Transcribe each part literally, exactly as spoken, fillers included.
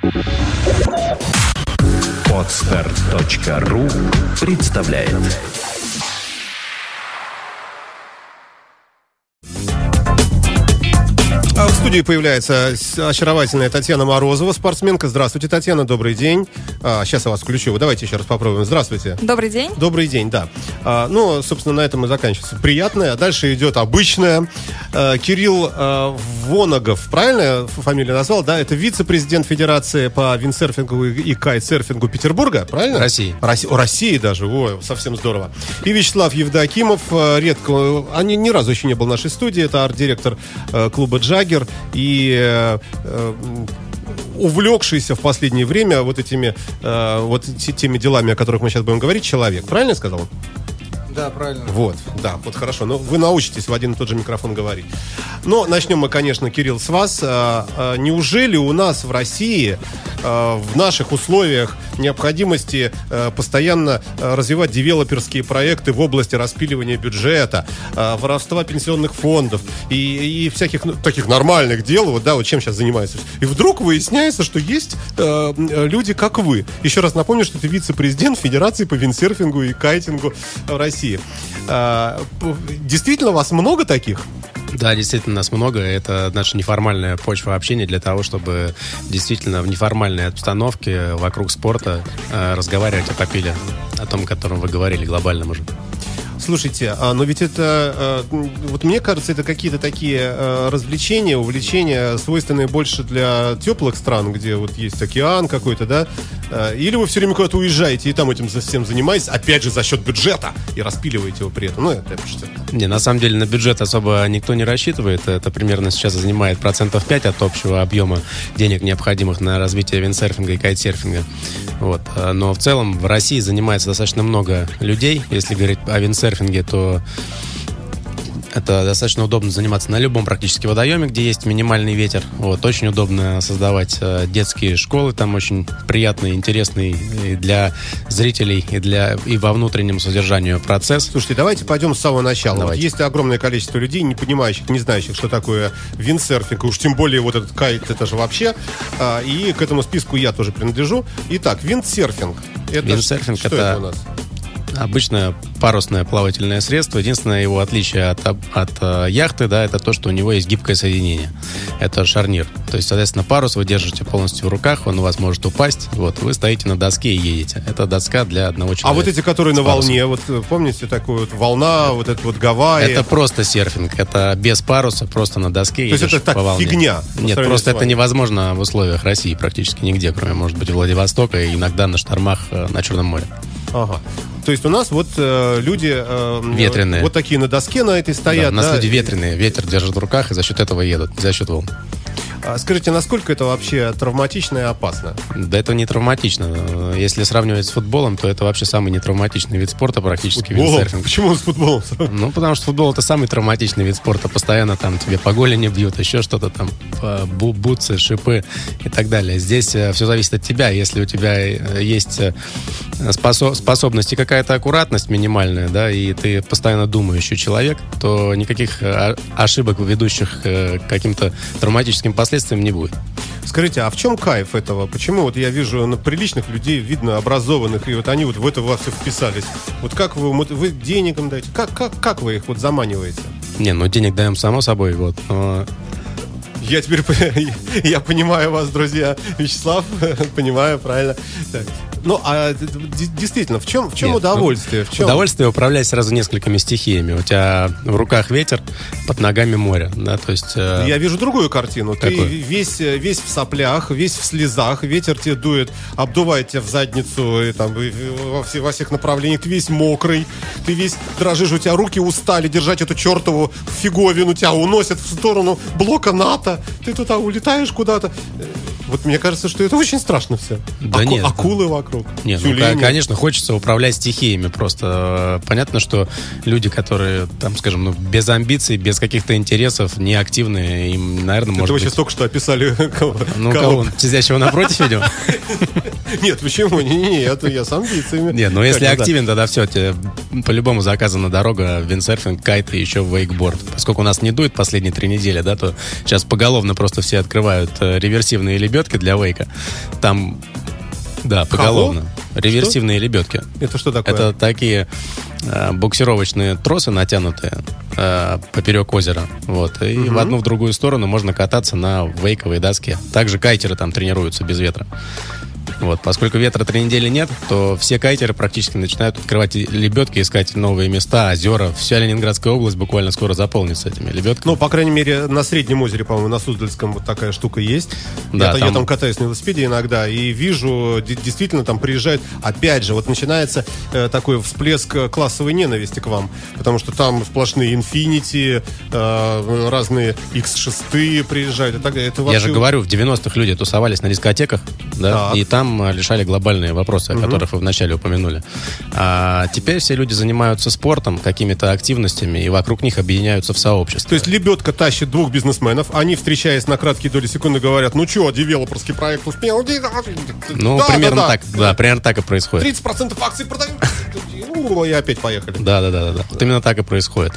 Подстер точка ру представляет. А в студии появляется очаровательная Татьяна Морозова, спортсменка. Здравствуйте, Татьяна, добрый день. А, сейчас я вас включу. Давайте еще раз попробуем. Здравствуйте. Добрый день. Добрый день, да. А, ну, собственно, на этом и заканчивается. Приятное. А дальше идет обычное. А, Кирилл а, Воногов, правильно я фамилию назвал? Да, это вице-президент Федерации по виндсерфингу и кайтсерфингу Петербурга, правильно? России. Росси... О, России даже. О, совсем здорово. И Вячеслав Евдокимов, редко... Они ни разу еще не был в нашей студии. Это арт-директор э, клуба «Джаггер». И э, э, увлекшийся в последнее время вот этими э, вот теми делами, о которых мы сейчас будем говорить, человек. Правильно я сказал? Да, правильно. Вот, да, вот хорошо. Но вы научитесь в один и тот же микрофон говорить. Но начнем мы, конечно, Кирилл, с вас. А, а, неужели у нас в России а, в наших условиях необходимости а, постоянно а, развивать девелоперские проекты в области распиливания бюджета, а, воровства пенсионных фондов и, и всяких ну, таких нормальных дел, вот, да, вот чем сейчас занимаются. И вдруг выясняется, что есть а, люди, как вы. Еще раз напомню, что это вице-президент Федерации по виндсерфингу и кайтингу России. А, действительно, вас много таких? Да, действительно, нас много. Это наша неформальная почва общения для того, чтобы действительно в неформальной обстановке вокруг спорта э, разговаривать о попиле, о том, о котором вы говорили, глобальном уже. Слушайте, а, но ведь это, а, вот мне кажется, это какие-то такие а, развлечения, увлечения, свойственные больше для теплых стран, где вот есть океан какой-то, да? А, или вы все время куда-то уезжаете и там этим всем занимаетесь, опять же, за счет бюджета, и распиливаете его при этом. Ну, это что? Не, на самом деле на бюджет особо никто не рассчитывает. Это примерно сейчас занимает процентов пять от общего объема денег, необходимых на развитие виндсерфинга и кайтсерфинга. Вот. Но в целом в России занимается достаточно много людей. Если говорить о виндсерфинге, то это достаточно удобно заниматься на любом практически водоеме, где есть минимальный ветер. Вот. Очень удобно создавать э, детские школы. Там очень приятный, интересный и для зрителей, и, для, и во внутреннем содержанию процесс. Слушайте, давайте пойдем с самого начала. Давайте. Вот есть огромное количество людей, не понимающих, не знающих, что такое виндсерфинг. Уж тем более вот этот кайт, это же вообще. А, и к этому списку я тоже принадлежу. Итак, виндсерфинг. Это Виндсерфинг что это... это у нас? Обычное парусное плавательное средство. Единственное его отличие от, от э, яхты, да, это то, что у него есть гибкое соединение. Это шарнир. То есть, соответственно, парус вы держите полностью в руках, он у вас может упасть. Вот, вы стоите на доске и едете. Это доска для одного человека. А вот эти, которые на волне, вот помните такую вот волна, вот это вот Гавайи? Это просто серфинг. Это без паруса, просто на доске. То есть это так, фигня? Нет, просто это невозможно в условиях России практически нигде, кроме, может быть, Владивостока и иногда на штормах на Черном море. Ага. То есть у нас вот э, люди э, ветреные. Вот такие на доске на этой стоят. Да, у нас да? люди ветреные, ветер держат в руках и за счет этого едут, за счет волн. А скажите, насколько это вообще травматично и опасно? Да это не травматично. Если сравнивать с футболом, то это вообще самый нетравматичный вид спорта практически, виндсерфинг. Почему с футболом? Ну, потому что футбол — это самый травматичный вид спорта. Постоянно там тебе по голени бьют, еще что-то там, бу- бутсы, шипы и так далее. Здесь все зависит от тебя. Если у тебя есть способ- способность и какая-то аккуратность минимальная, да, и ты постоянно думающий человек, то никаких ошибок, ведущих к каким-то травматическим последствиям не будет. Скажите, а в чем кайф этого? Почему вот я вижу на приличных людей, видно, образованных, и вот они вот в это во все вписались? Вот как вы, вы денег им даете? Как, как, как вы их вот заманиваете? Не, ну денег даем само собой, вот, но... Я теперь я понимаю вас, друзья. Вячеслав, понимаю, правильно. Так. Ну, а действительно, в чем, в чем Нет, удовольствие? В чем? Удовольствие управлять сразу несколькими стихиями. У тебя в руках ветер, под ногами море. Да, то есть, э... Я вижу другую картину. Какую? Ты весь, весь в соплях, весь в слезах, ветер тебе дует, обдувает тебя в задницу и, там, и, во, все, во всех направлениях. Ты весь мокрый, ты весь дрожишь, у тебя руки устали держать эту чертову фиговину, тебя уносят в сторону блока НАТО. Ты туда улетаешь куда-то. Вот мне кажется, что это очень страшно все. Да Аку- нет. Акулы вокруг. Нет, ну, конечно, хочется управлять стихиями. Просто понятно, что люди, которые, там, скажем, ну, без амбиций, без каких-то интересов, неактивные, им, наверное, это может вы быть... сейчас только что описали кого? Ну, кого? Сидящего напротив, видимо? Нет, почему? Не-не-не, это я с амбициями. Нет, ну если Как-то активен, тогда все, тебе по-любому заказана дорога, виндсерфинг, кайт и еще вейкборд. Поскольку у нас не дует последние три недели, да, то сейчас поголовно просто все открывают э, реверсивные лебедки для вейка. Там, да, поголовно. Кого? Реверсивные лебедки. Это что такое? Это такие э, буксировочные тросы, натянутые э, поперек озера. Вот. И Мгм. в одну, в другую сторону можно кататься на вейковой доске. Также кайтеры там тренируются без ветра. Вот. Поскольку ветра три недели нет, то все кайтеры практически начинают открывать лебедки, искать новые места, озера. Вся Ленинградская область буквально скоро заполнится этими лебедками. Ну, по крайней мере, на Среднем озере, по-моему, на Суздальском вот такая штука есть. Да, я, там- я там катаюсь на велосипеде иногда и вижу, д- действительно, там приезжают. Опять же, вот начинается э, такой всплеск э, классовой ненависти к вам, потому что там сплошные Infinity, э, разные икс шесть приезжают. И так далее. Это Я вообще... же говорю, в девяностых люди тусовались на дискотеках, да, Так. и там а, решали глобальные вопросы, о которых вы вначале упомянули. А теперь все люди занимаются спортом, какими-то активностями, и вокруг них объединяются в сообщество. То есть лебедка тащит двух бизнесменов, они, встречаясь на краткие доли секунды, говорят: ну что, девелоперский проект успел? Ну, Да, примерно да, да. так, да, примерно так и происходит. тридцать процентов акций продают. Ну, и опять поехали. Да, да, да, да, да. Вот именно так и происходит.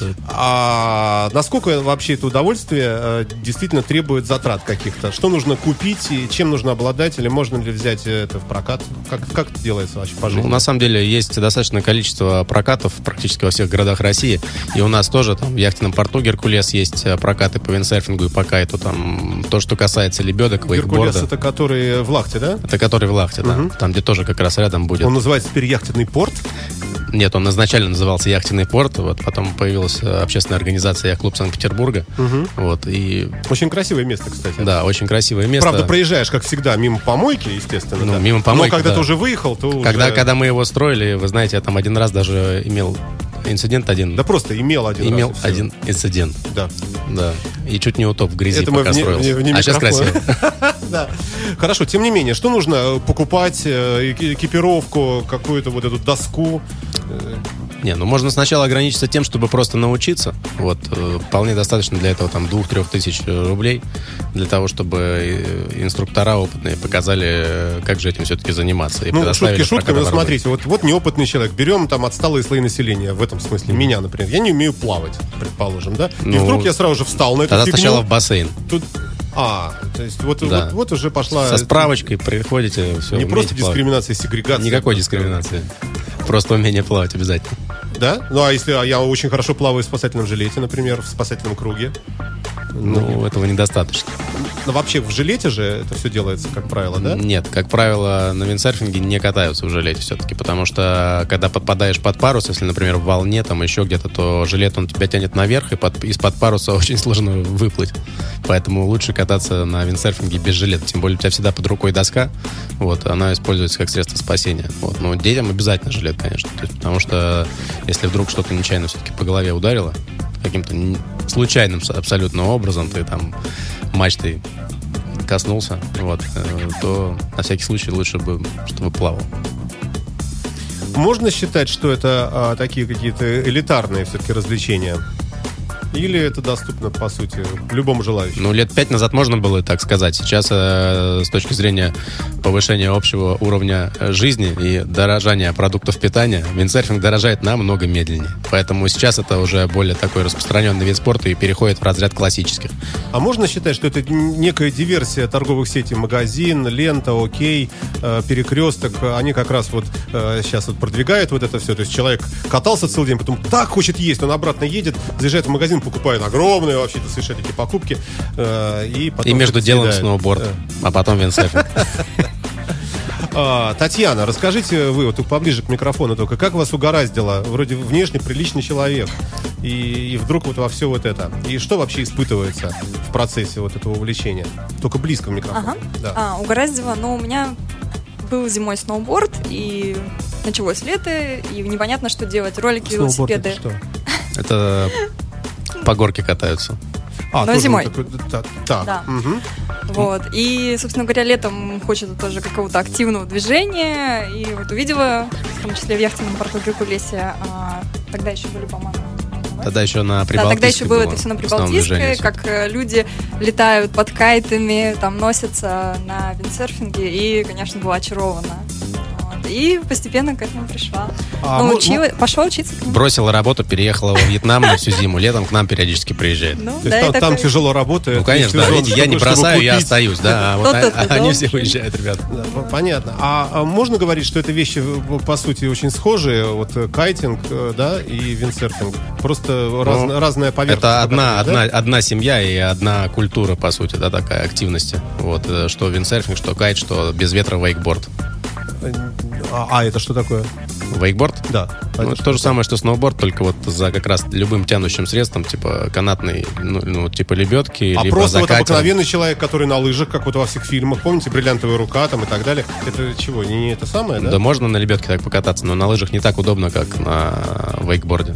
А насколько вообще это удовольствие э, действительно требует затрат каких-то? Что нужно купить и чем нужно обладать? Или можно ли взять это в прокат? Как, как это делается вообще по жизни? Ну, на самом деле есть достаточное количество прокатов практически во всех городах России. И у нас тоже там в яхтенном порту «Геркулес» есть э, прокаты по виндсерфингу и по кайту. Там то, что касается лебедок, Геркулес — вейкборда. это который в Лахте, да? Это который в Лахте, да. Там, где тоже как раз рядом будет. Он называется теперь яхтенный порт. Нет, он изначально назывался «Яхтенный порт», вот, потом появилась э, общественная организация «Яхт-клуб Санкт-Петербурга». Вот, и, Очень красивое место, кстати. да, очень красивое место. Правда, проезжаешь, как всегда, мимо помойки, естественно. Ну, да. мимо помойки, Но когда да. ты уже выехал, то когда, уже... когда мы его строили, вы знаете, я там один раз даже имел инцидент один. Да просто имел один имел раз и всё. один инцидент, Да. да. И чуть не утоп в грязи, Это мы пока вне- строился. вне- вне а сейчас микрофона. красиво. Да. Хорошо, тем не менее, что нужно покупать? э, эки- Экипировку, какую-то вот эту доску? Не, ну можно сначала ограничиться тем, чтобы просто научиться. Вот, э, вполне достаточно для этого там двух-трех тысяч рублей, для того, чтобы э, инструктора опытные показали, э, как же этим все-таки заниматься. И Ну, предоставили шутки шутками, прокат но оборудования. смотрите, вот, вот неопытный человек, берем там отсталые слои населения, в этом смысле, меня, например, я не умею плавать, предположим, да? И Ну, вдруг я сразу же встал на эту Тогда фигню. сначала в бассейн. Тут... А, то есть вот, Да. вот, вот уже пошла... Со справочкой приходите, все. Не просто дискриминация, сегрегация. Никакой дискриминации. Просто умение плавать обязательно. Да? Ну, а если а я очень хорошо плаваю в спасательном жилете, например, в спасательном круге? Ну, этого недостаточно. Ну, вообще в жилете же это все делается, как правило, да? Нет, как правило, на виндсерфинге не катаются в жилете все-таки, потому что когда подпадаешь под парус, если, например, в волне, там еще где-то, то жилет, он тебя тянет наверх, и под, из-под паруса очень сложно выплыть. Поэтому лучше кататься на виндсерфинге без жилета. Тем более у тебя всегда под рукой доска, вот, она используется как средство спасения. Вот. Но детям обязательно жилет, конечно. То есть, потому что если вдруг что-то нечаянно все-таки по голове ударило, каким-то н- случайным с- абсолютно образом, ты там мачтой коснулся, вот, э, то на всякий случай лучше бы, чтобы плавал. Можно считать, что это а, такие какие-то элитарные все-таки развлечения? Или это доступно, по сути, любому желающему? Ну, лет пять назад можно было так сказать. Сейчас, э, с точки зрения повышения общего уровня жизни и дорожания продуктов питания, виндсерфинг дорожает намного медленнее. Поэтому сейчас это уже более такой распространенный вид спорта и переходит в разряд классических. А можно считать, что это некая диверсия торговых сетей «Магазин», «Лента», «Окей», э, «Перекресток»? Они как раз вот э, сейчас вот продвигают вот это все. То есть человек катался целый день, потом так хочет есть, он обратно едет, заезжает в магазин, покупает огромные вообще-то совершенно такие покупки. э, И, потом И между делом съедает. сноуборд, Э. а потом виндсерфинг. А, Татьяна, расскажите вы, вот тут поближе к микрофону только, как вас угораздило? Вроде внешне приличный человек, и, и вдруг вот во все вот это. И что вообще испытывается в процессе вот этого увлечения? Только близко к микрофону. Ага. Да. А, угораздило, но у меня был зимой сноуборд, и началось лето, и непонятно, что делать. Ролики, Сноуборд — это велосипеды. что? Это по горке катаются. А, Но тоже зимой. вот такой- та- так. Да. Мгм. Вот. И, собственно говоря, летом хочется тоже какого-то активного движения. И вот увидела, в том числе в яхтенном порту Геркулесе, а, тогда еще были, по-моему, Тогда еще на да, Прибалтийской тогда еще было было это все на в основном движение Прибалтийской, всё. как э, люди летают под кайтами, там носятся на виндсерфинге, и, конечно, была очарована. И постепенно к этому пришла. А, ну, учила, ну, пошла учиться. Бросила работу, переехала во Вьетнам на всю зиму. Летом к нам периодически приезжает. Ну, То да, есть там, там тяжело работает. Ну, конечно, да. Видите, я не бросаю, я остаюсь, да. А вот а, они все уезжают, ребята. Да, понятно. А, а можно говорить, что это вещи, по сути, очень схожие? Вот кайтинг, да, и виндсерфинг. Просто ну, раз, разная поверхность. Это одна, одна, да? одна семья и одна культура, по сути, да, такая активности. Вот, что виндсерфинг, что кайт, что без ветра вейкборд. А, а это что такое? Вейкборд? Да. Ну, то же самое, что сноуборд, только вот за как раз любым тянущим средством, типа канатной, ну, ну типа лебедки, а либо просто за вот катером. Обыкновенный человек, который на лыжах, как вот во всех фильмах, помните, бриллиантовая рука там и так далее. Это чего, не, не это самое, да? Да, можно на лебедке так покататься, но на лыжах не так удобно, как на вейкборде.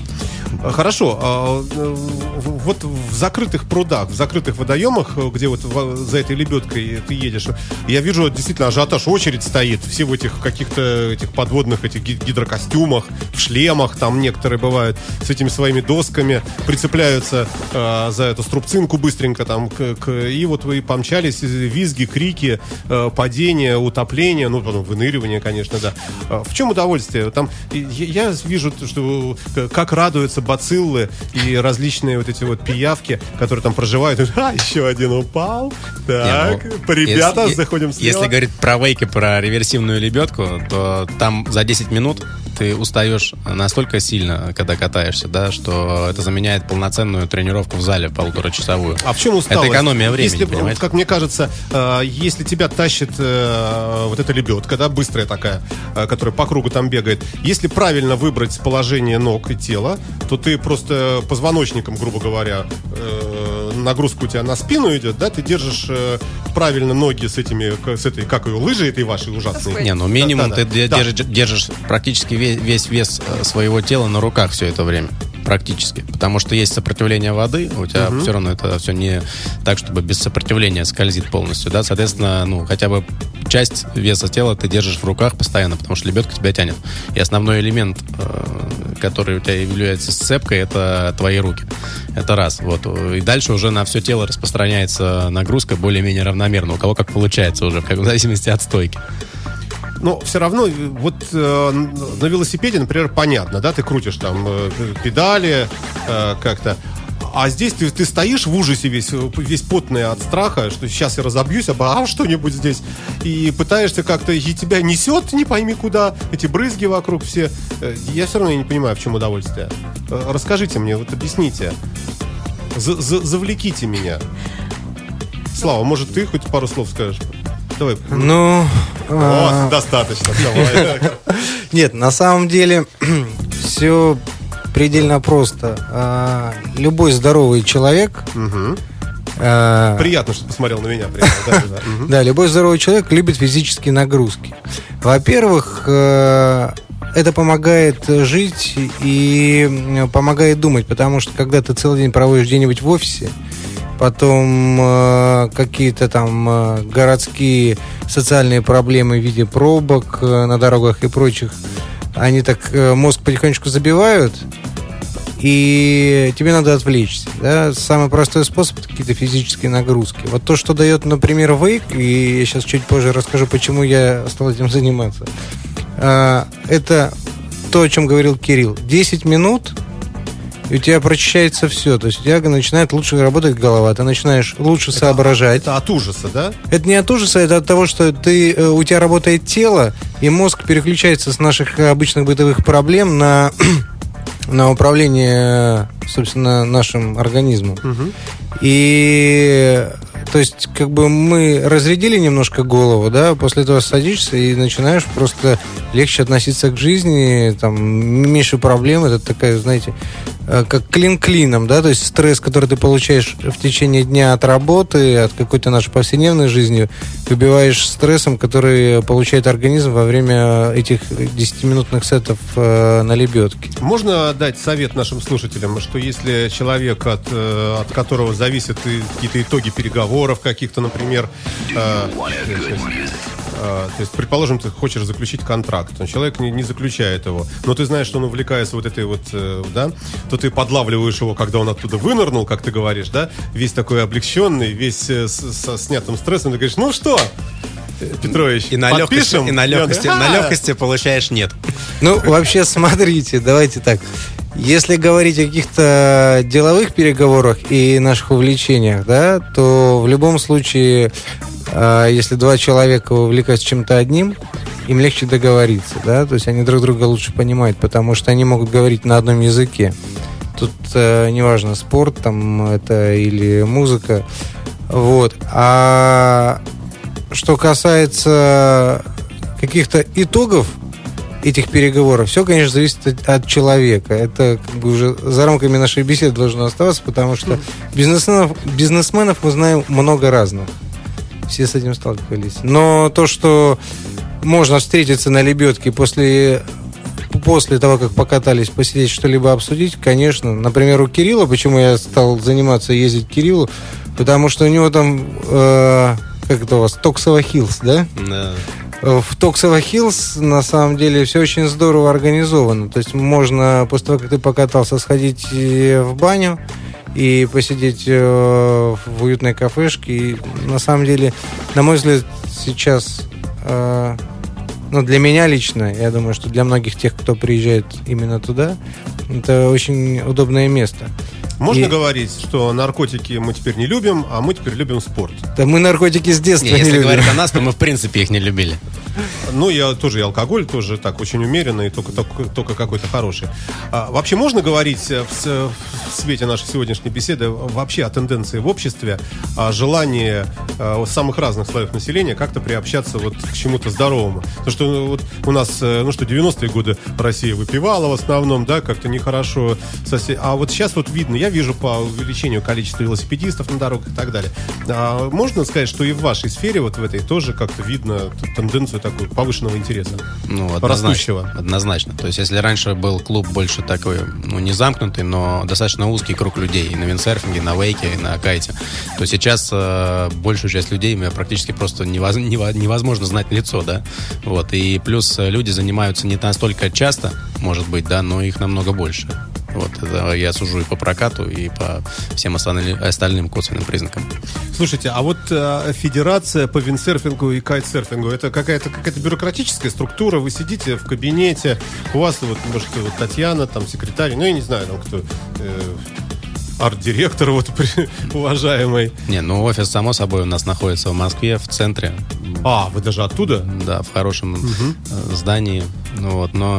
Хорошо. Вот в закрытых прудах, в закрытых водоемах, где вот за этой лебедкой ты едешь, я вижу действительно ажиотаж, очередь стоит. Все в этих каких-то этих подводных этих гидрокостюмах, в шлемах, там некоторые бывают, с этими своими досками, прицепляются э, за эту струбцинку быстренько там, к, к, и вот вы помчались, визги, крики, э, падения, утопления, ну, потом выныривание, конечно, да. В чем удовольствие? Там я, я вижу, что как радуются бациллы и различные вот эти вот пиявки, которые там проживают. А, еще один упал. Так, не, ну, ребята, если, заходим слева. Если говорить про вейк и про реверсивную лебедку, то там за десять минут ты устаешь настолько сильно, когда катаешься, да, что это заменяет полноценную тренировку в зале полуторачасовую. А в чем усталость? Это экономия времени, если, понимаете? Как мне кажется, если тебя тащит вот эта лебедка, да, быстрая такая, которая по кругу там бегает, если правильно выбрать положение ног и тела, то ты просто позвоночником, грубо говоря, нагрузка у тебя на спину идет, да, ты держишь правильно ноги с этими, с этой, как ее, лыжи этой вашей ужасной. Не, ну минимум да, да, ты да. держишь, держишь практически весь, весь вес своего тела на руках все это время. Практически. Потому что есть сопротивление воды, у тебя uh-huh. все равно это все не так, чтобы без сопротивления скользит полностью, да, соответственно, ну, хотя бы часть веса тела ты держишь в руках постоянно, потому что лебедка тебя тянет. И основной элемент, который у тебя является сцепкой, это твои руки. Это раз. Вот. И дальше уже на все тело распространяется нагрузка более-менее равномерно. У кого как получается уже, как в зависимости от стойки. Но все равно, вот э, на велосипеде, например, понятно, да, ты крутишь там э, педали э, как-то, а здесь ты, ты стоишь в ужасе весь, весь потный от страха, что сейчас я разобьюсь, а что-нибудь здесь, и пытаешься как-то, и тебя несет, не пойми куда, эти брызги вокруг все. Я все равно не понимаю, в чем удовольствие. Расскажите мне, вот объясните, За- за- завлеките меня. Слава, может, ты хоть пару слов скажешь? Давай. Ну, вот, а... достаточно. Давай. Нет, на самом деле все предельно просто. Любой здоровый человек. Угу. А... Приятно, что посмотрел на меня. Да, да, да. Угу. Да, любой здоровый человек любит физические нагрузки. Во-первых, это помогает жить и помогает думать, потому что когда ты целый день проводишь где-нибудь в офисе, потом э, какие-то там э, городские социальные проблемы в виде пробок э, на дорогах и прочих, они так э, мозг потихонечку забивают, и тебе надо отвлечься. Да? Самый простой способ — это какие-то физические нагрузки. Вот то, что дает, например, вейк, и я сейчас чуть позже расскажу, почему я стал этим заниматься, э, это то, о чем говорил Кирилл. десять минут, и у тебя прочищается все. То есть у тебя начинает лучше работать голова, ты начинаешь лучше это, соображать. Это от ужаса, да? Это не от ужаса, это от того, что ты, у тебя работает тело, и мозг переключается с наших обычных бытовых проблем на, на управление, собственно, нашим организмом. Угу. И... То есть, как бы мы разрядили немножко голову, да, после этого садишься и начинаешь просто легче относиться к жизни, там, меньше проблем, это такая, знаете, как клин клином, да, то есть стресс, который ты получаешь в течение дня от работы, от какой-то нашей повседневной жизни, выбиваешь стрессом, который получает организм во время этих десятиминутных сетов э, на лебедке. Можно дать совет нашим слушателям, что если человек, от, от которого зависят какие-то итоги переговоров каких-то, например, э, то есть, предположим, ты хочешь заключить контракт, но человек не, не заключает его, но ты знаешь, что он увлекается вот этой вот, да, то ты подлавливаешь его, когда он оттуда вынырнул, как ты говоришь, да, весь такой облегченный, весь с, со снятым стрессом, ты говоришь, ну что, Петрович, и на легкости, и на легкости, на легкости получаешь нет. Ну, вообще, смотрите, давайте так. Если говорить о каких-то деловых переговорах и наших увлечениях, да, то в любом случае, э, если два человека увлекаются чем-то одним, им легче договориться, да, то есть они друг друга лучше понимают, потому что они могут говорить на одном языке. Тут э, неважно, спорт там это или музыка, вот. А что касается каких-то итогов этих переговоров, все, конечно, зависит от, от человека. Это как бы уже за рамками нашей беседы должно оставаться, потому что бизнесменов, бизнесменов мы знаем много разных. Все с этим сталкивались. Но то, что можно встретиться на лебедке после, после того, как покатались, посидеть, что-либо обсудить, конечно. Например, у Кирилла, почему я стал заниматься, ездить к Кириллу, потому что у него там, э, как это у вас, Токсово Хиллз, да? Да. В Токсово Хиллз на самом деле все очень здорово организовано. То есть можно после того, как ты покатался, сходить в баню и посидеть в уютной кафешке. И на самом деле, на мой взгляд, сейчас, ну, для меня лично, я думаю, что для многих тех, кто приезжает именно туда, это очень удобное место. Можно и... говорить, что наркотики мы теперь не любим, а мы теперь любим спорт? Да мы наркотики с детства не, не если любим. Если говорить о нас, то мы в принципе их не любили. Ну, я тоже и алкоголь тоже так очень умеренный, только, только, только какой-то хороший. А, вообще можно говорить в, в свете нашей сегодняшней беседы вообще о тенденции в обществе, о желании а, самых разных слоев населения как-то приобщаться вот к чему-то здоровому? Потому что ну, вот у нас, ну что, девяностые годы Россия выпивала в основном, да, как-то нехорошо. Сосед... А вот сейчас вот видно, я вижу по увеличению количества велосипедистов на дорогах и так далее. А можно сказать, что и в вашей сфере, вот в этой тоже как-то видно тенденцию такую повышенного интереса? Ну, однозначно, однозначно. То есть, если раньше был клуб больше такой, ну, не замкнутый, но достаточно узкий круг людей и на виндсерфинге, и на вейке, и на кайте, то сейчас э, большую часть людей мне практически просто невоз, невозможно знать лицо, да, вот, и плюс люди занимаются не настолько часто, может быть, да, но их намного больше. Вот, это я сужу и по прокату, и по всем остальным, остальным косвенным признакам. Слушайте, а вот э, федерация по виндсерфингу и кайтсерфингу, это какая-то, какая-то бюрократическая структура? Вы сидите в кабинете, у вас, вот, может, вот Татьяна, там, секретарь, ну, я не знаю, там, кто... Э, арт-директор вот уважаемый. Не, ну офис, само собой, у нас находится в Москве, в центре. А, вы даже оттуда? Да, в хорошем угу. здании. Ну, вот, но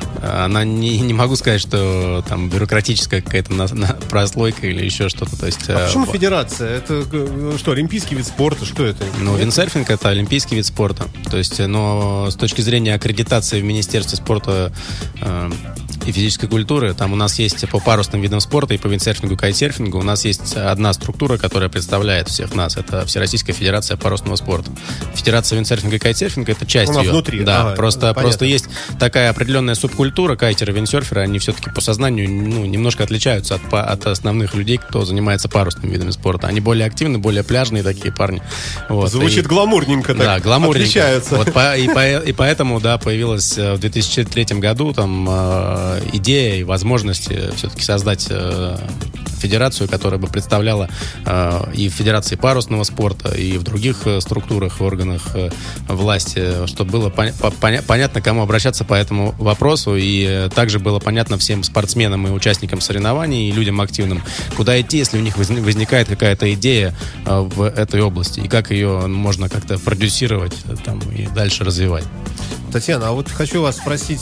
она не, не могу сказать, что там бюрократическая какая-то на, на прослойка или еще что-то. То есть, а почему в... федерация? Это что, олимпийский вид спорта? Что это? Ну, виндсерфинг — это олимпийский вид спорта. То есть, но с точки зрения аккредитации в Министерстве спорта э, и физической культуры, там у нас есть по парусным видам спорта и по виндсерфингу и кайтсерфингу у нас есть одна структура, которая представляет всех нас. Это Всероссийская федерация парусного спорта. Федерация виндсерфинга и кайтсерфинга — это часть она ее. Внутри. Да, ага, просто, просто есть такая определенная субкультура. Кайтеры, виндсерферы, они все-таки по сознанию, ну, немножко отличаются от, от основных людей, кто занимается парусными видами спорта. Они более активны, более пляжные такие парни. Вот. Звучит и, гламурненько, так, да, гламурненько. Отличаются. Вот по, и, по, и поэтому, да, появилась в две тысячи третьем году там э, идея и возможность все-таки создать э, федерацию, которая бы представляла э, и в Федерации парусного спорта, и в других э, структурах, органах э, власти, чтобы было пон- пон- понятно, кому обращаться по этому вопросу, и э, также было понятно всем спортсменам и участникам соревнований, и людям активным, куда идти, если у них возник- возникает какая-то идея э, в этой области, и как ее можно как-то продюсировать э, там, и дальше развивать. Татьяна, а вот хочу вас спросить,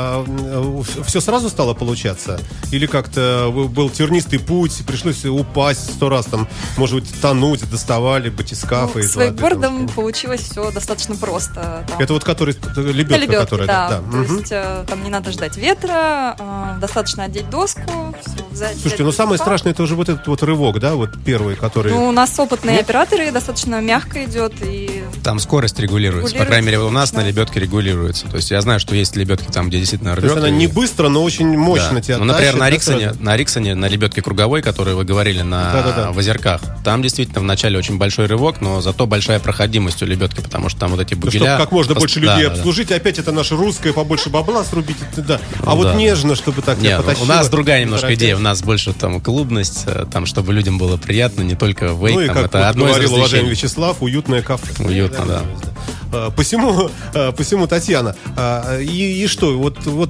все сразу стало получаться? Или как-то был тернистый путь, пришлось упасть сто раз, там, может быть, тонуть, доставали батискафы? Ну, с вейкбордом получилось все достаточно просто. Там... Это вот который, лебедка, лебедки, которая... Да, да. то угу. есть там не надо ждать ветра, достаточно одеть доску, все, взять... Слушайте, ну самое страшное, это уже вот этот вот рывок, да, вот первый, который... Ну, у нас опытные Нет? операторы, достаточно мягко идет, и Там скорость регулируется. По крайней мере, у нас да. на лебедке регулируется. То есть я знаю, что есть лебедки там, где действительно рвет. То есть она и... не быстро, но очень мощно да. тебя ну, например, тащит, на да, Риксоне, на Риксоне, на лебедке круговой, которую вы говорили, на да, да, да. в озерках, там действительно вначале очень большой рывок, но зато большая проходимость у лебедки, потому что там вот эти бугеля... Чтобы как можно пост... больше людей да, обслужить, да. опять это наше русское, побольше бабла срубить. Да. А ну, вот да. нежно, чтобы так Нет, потащило. У нас другая немножко идея, у нас больше там клубность, там, чтобы людям было приятно, не только вейк, ну, и там, как это вот одно из говорил уважаемый развлечений. Вячеслав, уютное кафе. Уютно, да. да. Посему, посему, Татьяна, и, и что, вот, вот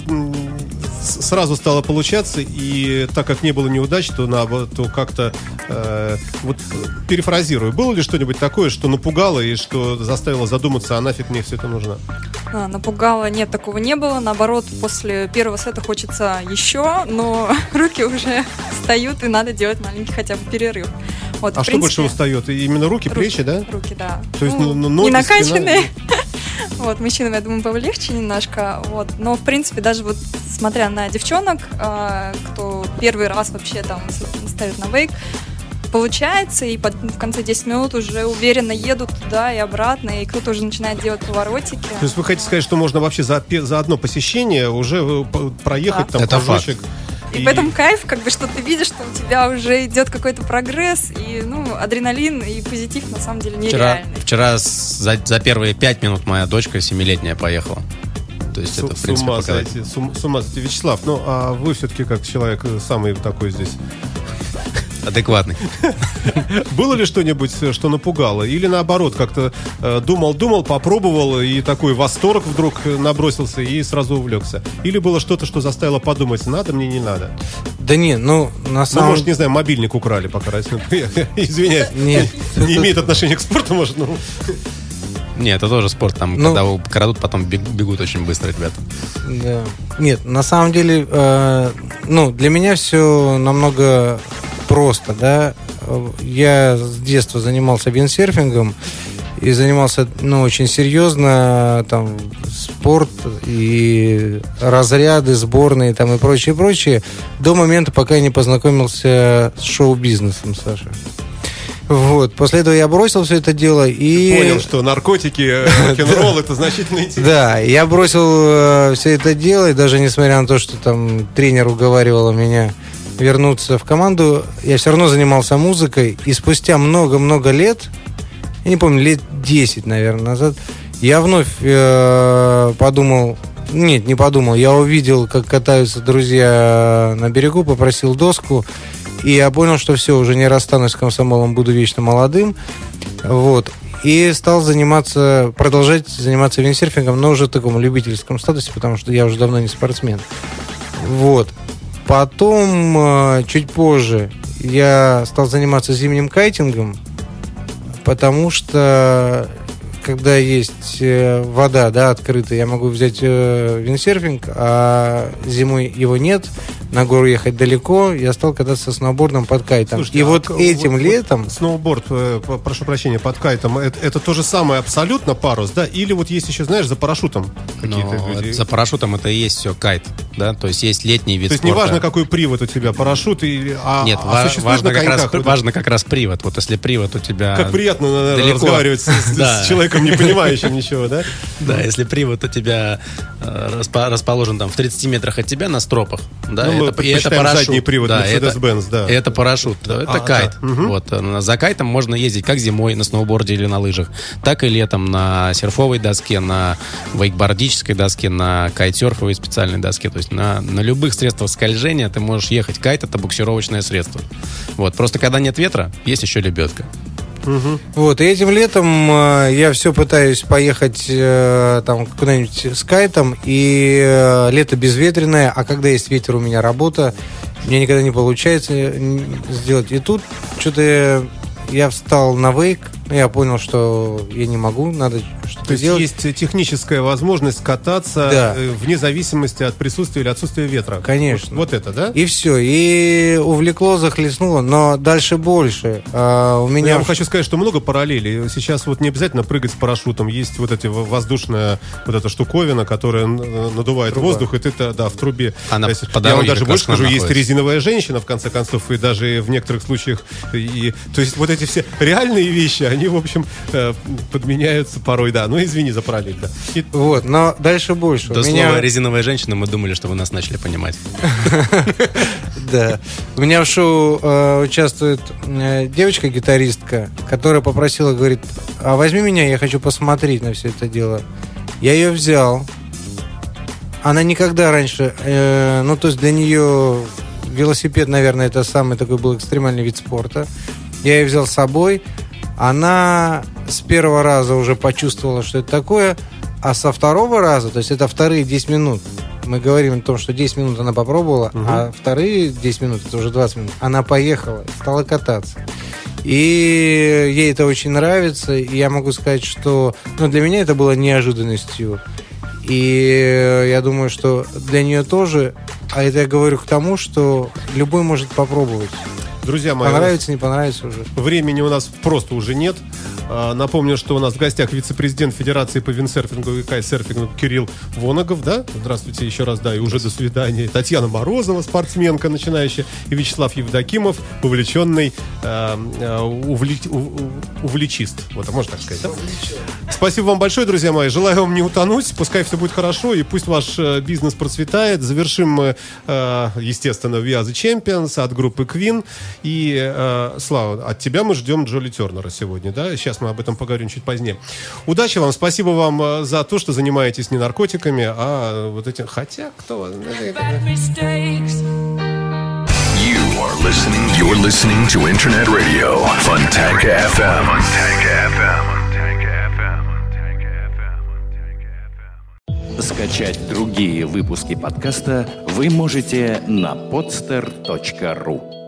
сразу стало получаться, и так как не было неудач, то, на, то как-то, э, вот перефразирую, было ли что-нибудь такое, что напугало и что заставило задуматься, а нафиг мне все это нужно? А, напугало, нет, такого не было, наоборот, после первого сета хочется еще, но руки уже встают, и надо делать маленький хотя бы перерыв. Вот, а что принципе, больше устает? Именно руки, руки, плечи, да? Руки, да. То есть ну, ну, ноги, не накачанные. Спина. Вот, мужчинам, я думаю, полегче немножко. Вот. Но, в принципе, даже вот смотря на девчонок, э, кто первый раз вообще там ставит на вейк, получается, и под, в конце десять минут уже уверенно едут туда и обратно, и кто-то уже начинает делать поворотики. То есть вы хотите сказать, что можно вообще за, за одно посещение уже проехать да. там кружочек? И, и в этом кайф, как бы, что ты видишь, что у тебя уже идет какой-то прогресс, и, ну, адреналин и позитив, на самом деле, нереальный. Вчера, вчера за, за первые пять минут моя дочка семилетняя поехала. То есть с, это, в принципе, с ума показатель. сойти, с, ум, с ума сойти. Вячеслав, ну, а вы все-таки как человек самый такой здесь... адекватный. Было ли что-нибудь, что напугало? Или наоборот, как-то э, думал-думал, попробовал, и такой восторг вдруг набросился и сразу увлекся? Или было что-то, что заставило подумать, надо мне, не надо? Да не, ну, на самом... Ну, может, не знаю, мобильник украли пока раз. Извиняюсь, Нет. не имеет отношения к спорту, может, ну... Нет, это тоже спорт. Там, ну, когда крадут, потом бегут очень быстро, ребята. Да. Нет, на самом деле, э, ну, для меня все намного просто, да. Я с детства занимался виндсерфингом и занимался, ну, очень серьезно, там, спорт и разряды, сборные, там, и прочее, прочее, до момента, пока я не познакомился с шоу-бизнесом, Саша. Вот. После этого я бросил все это дело и... Понял, что наркотики, рок-н-ролл это значительно интересно. Да, я бросил все это дело, и даже несмотря на то, что там тренер уговаривал меня вернуться в команду, я все равно занимался музыкой, и спустя много-много лет, я не помню, лет десять, наверное, назад, я вновь э, подумал... Нет, не подумал, я увидел, как катаются друзья на берегу, попросил доску, и я понял, что все, уже не расстанусь с комсомолом, буду вечно молодым. Вот. И стал заниматься, продолжать заниматься виндсерфингом, но уже в таком любительском статусе, потому что я уже давно не спортсмен. Вот. Потом, чуть позже, я стал заниматься зимним кайтингом, потому что когда есть вода, да, открытая, я могу взять виндсерфинг, а зимой его нет, на гору ехать далеко, я стал кататься со сноубордом под кайтом. Слушайте, и а вот этим вот, летом... Вот сноуборд, э, прошу прощения, под кайтом, это, это то же самое абсолютно парус, да? Или вот есть еще, знаешь, за парашютом какие-то люди? За парашютом это и есть все кайт, да? То есть есть летний вид спорта. То есть спорта. неважно, какой привод у тебя, парашют, или, а, Нет, а ва- важно, как раз, вот, важно как раз привод. Вот если привод у тебя как приятно, наверное, далеко разговаривать с, с человеком, не понимающим ничего, да? Да, если привод у тебя э, расположен там в тридцати метрах от тебя на стропах, да, ну, это, и это парашют. Задний привод, да, Mercedes-Benz, это, да. это парашют, да. это а, кайт. Да. Угу. Вот, за кайтом можно ездить как зимой на сноуборде или на лыжах, так и летом на серфовой доске, на вейкбордической доске, на кайтсерфовой специальной доске. То есть на, на любых средствах скольжения ты можешь ехать. Кайт — это буксировочное средство. Вот. Просто когда нет ветра, есть еще лебедка. Угу. Вот, и этим летом э, я все пытаюсь поехать э, там куда-нибудь с кайтом, и э, лето безветренное, а когда есть ветер, у меня работа, мне никогда не получается сделать. И тут что-то я встал на вейк, я понял, что я не могу, надо что-то То есть делать. есть техническая возможность кататься, да, вне зависимости от присутствия или отсутствия ветра. Конечно. Вот, вот это, да? И все. И увлекло, захлестнуло, но дальше больше. А, у меня... Я вам хочу сказать, что много параллелей. Сейчас вот не обязательно прыгать с парашютом. Есть вот эти воздушная вот эта штуковина, которая надувает Труба. воздух, и ты да, в трубе. Она есть, по я вам даже больше скажу, находится. Есть резиновая женщина, в конце концов, и даже в некоторых случаях. И, то есть вот эти все реальные вещи, они они, в общем, э, подменяются порой, да. Ну, извини за параллель, да. И... Вот, но дальше больше. До У слова меня... «резиновая женщина» мы думали, что вы нас начали понимать. Да. У меня в шоу э, участвует э, девочка-гитаристка, которая попросила, говорит, а возьми меня, я хочу посмотреть на все это дело. Я ее взял. Она никогда раньше, э, ну, то есть для нее велосипед, наверное, это самый такой был экстремальный вид спорта. Я ее взял с собой. Она с первого раза уже почувствовала, что это такое, а со второго раза, то есть это вторые десять минут, мы говорим о том, что десять минут она попробовала, угу. а вторые десять минут, это уже двадцать минут, она поехала, стала кататься. И ей это очень нравится, и я могу сказать, что ну, для меня это было неожиданностью. И я думаю, что для нее тоже, а это я говорю к тому, что любой может попробовать. Друзья мои, понравится, не понравится уже. Времени у нас просто уже нет. Напомню, что у нас в гостях вице-президент Федерации по виндсерфингу и кайтсерфингу Кирилл Воногов, да? Здравствуйте еще раз, да, и уже до свидания. Татьяна Морозова, спортсменка начинающая, и Вячеслав Евдокимов, увлеченный э, увле, увлечист. Вот, можно так сказать, да? Спасибо вам большое, друзья мои. Желаю вам не утонуть, пускай все будет хорошо, и пусть ваш бизнес процветает. Завершим мы, э, естественно, We Are The Champions от группы Queen. И, э, Слава, от тебя мы ждем Джоли Тернера сегодня, да? Сейчас мы об этом поговорим чуть позднее. Удачи вам, спасибо вам за то, что занимаетесь не наркотиками, а вот этим... Хотя, кто... You are listening, you're listening to Internet Radio, Fontanka эф эм. Скачать другие выпуски подкаста вы можете на podster точка ру.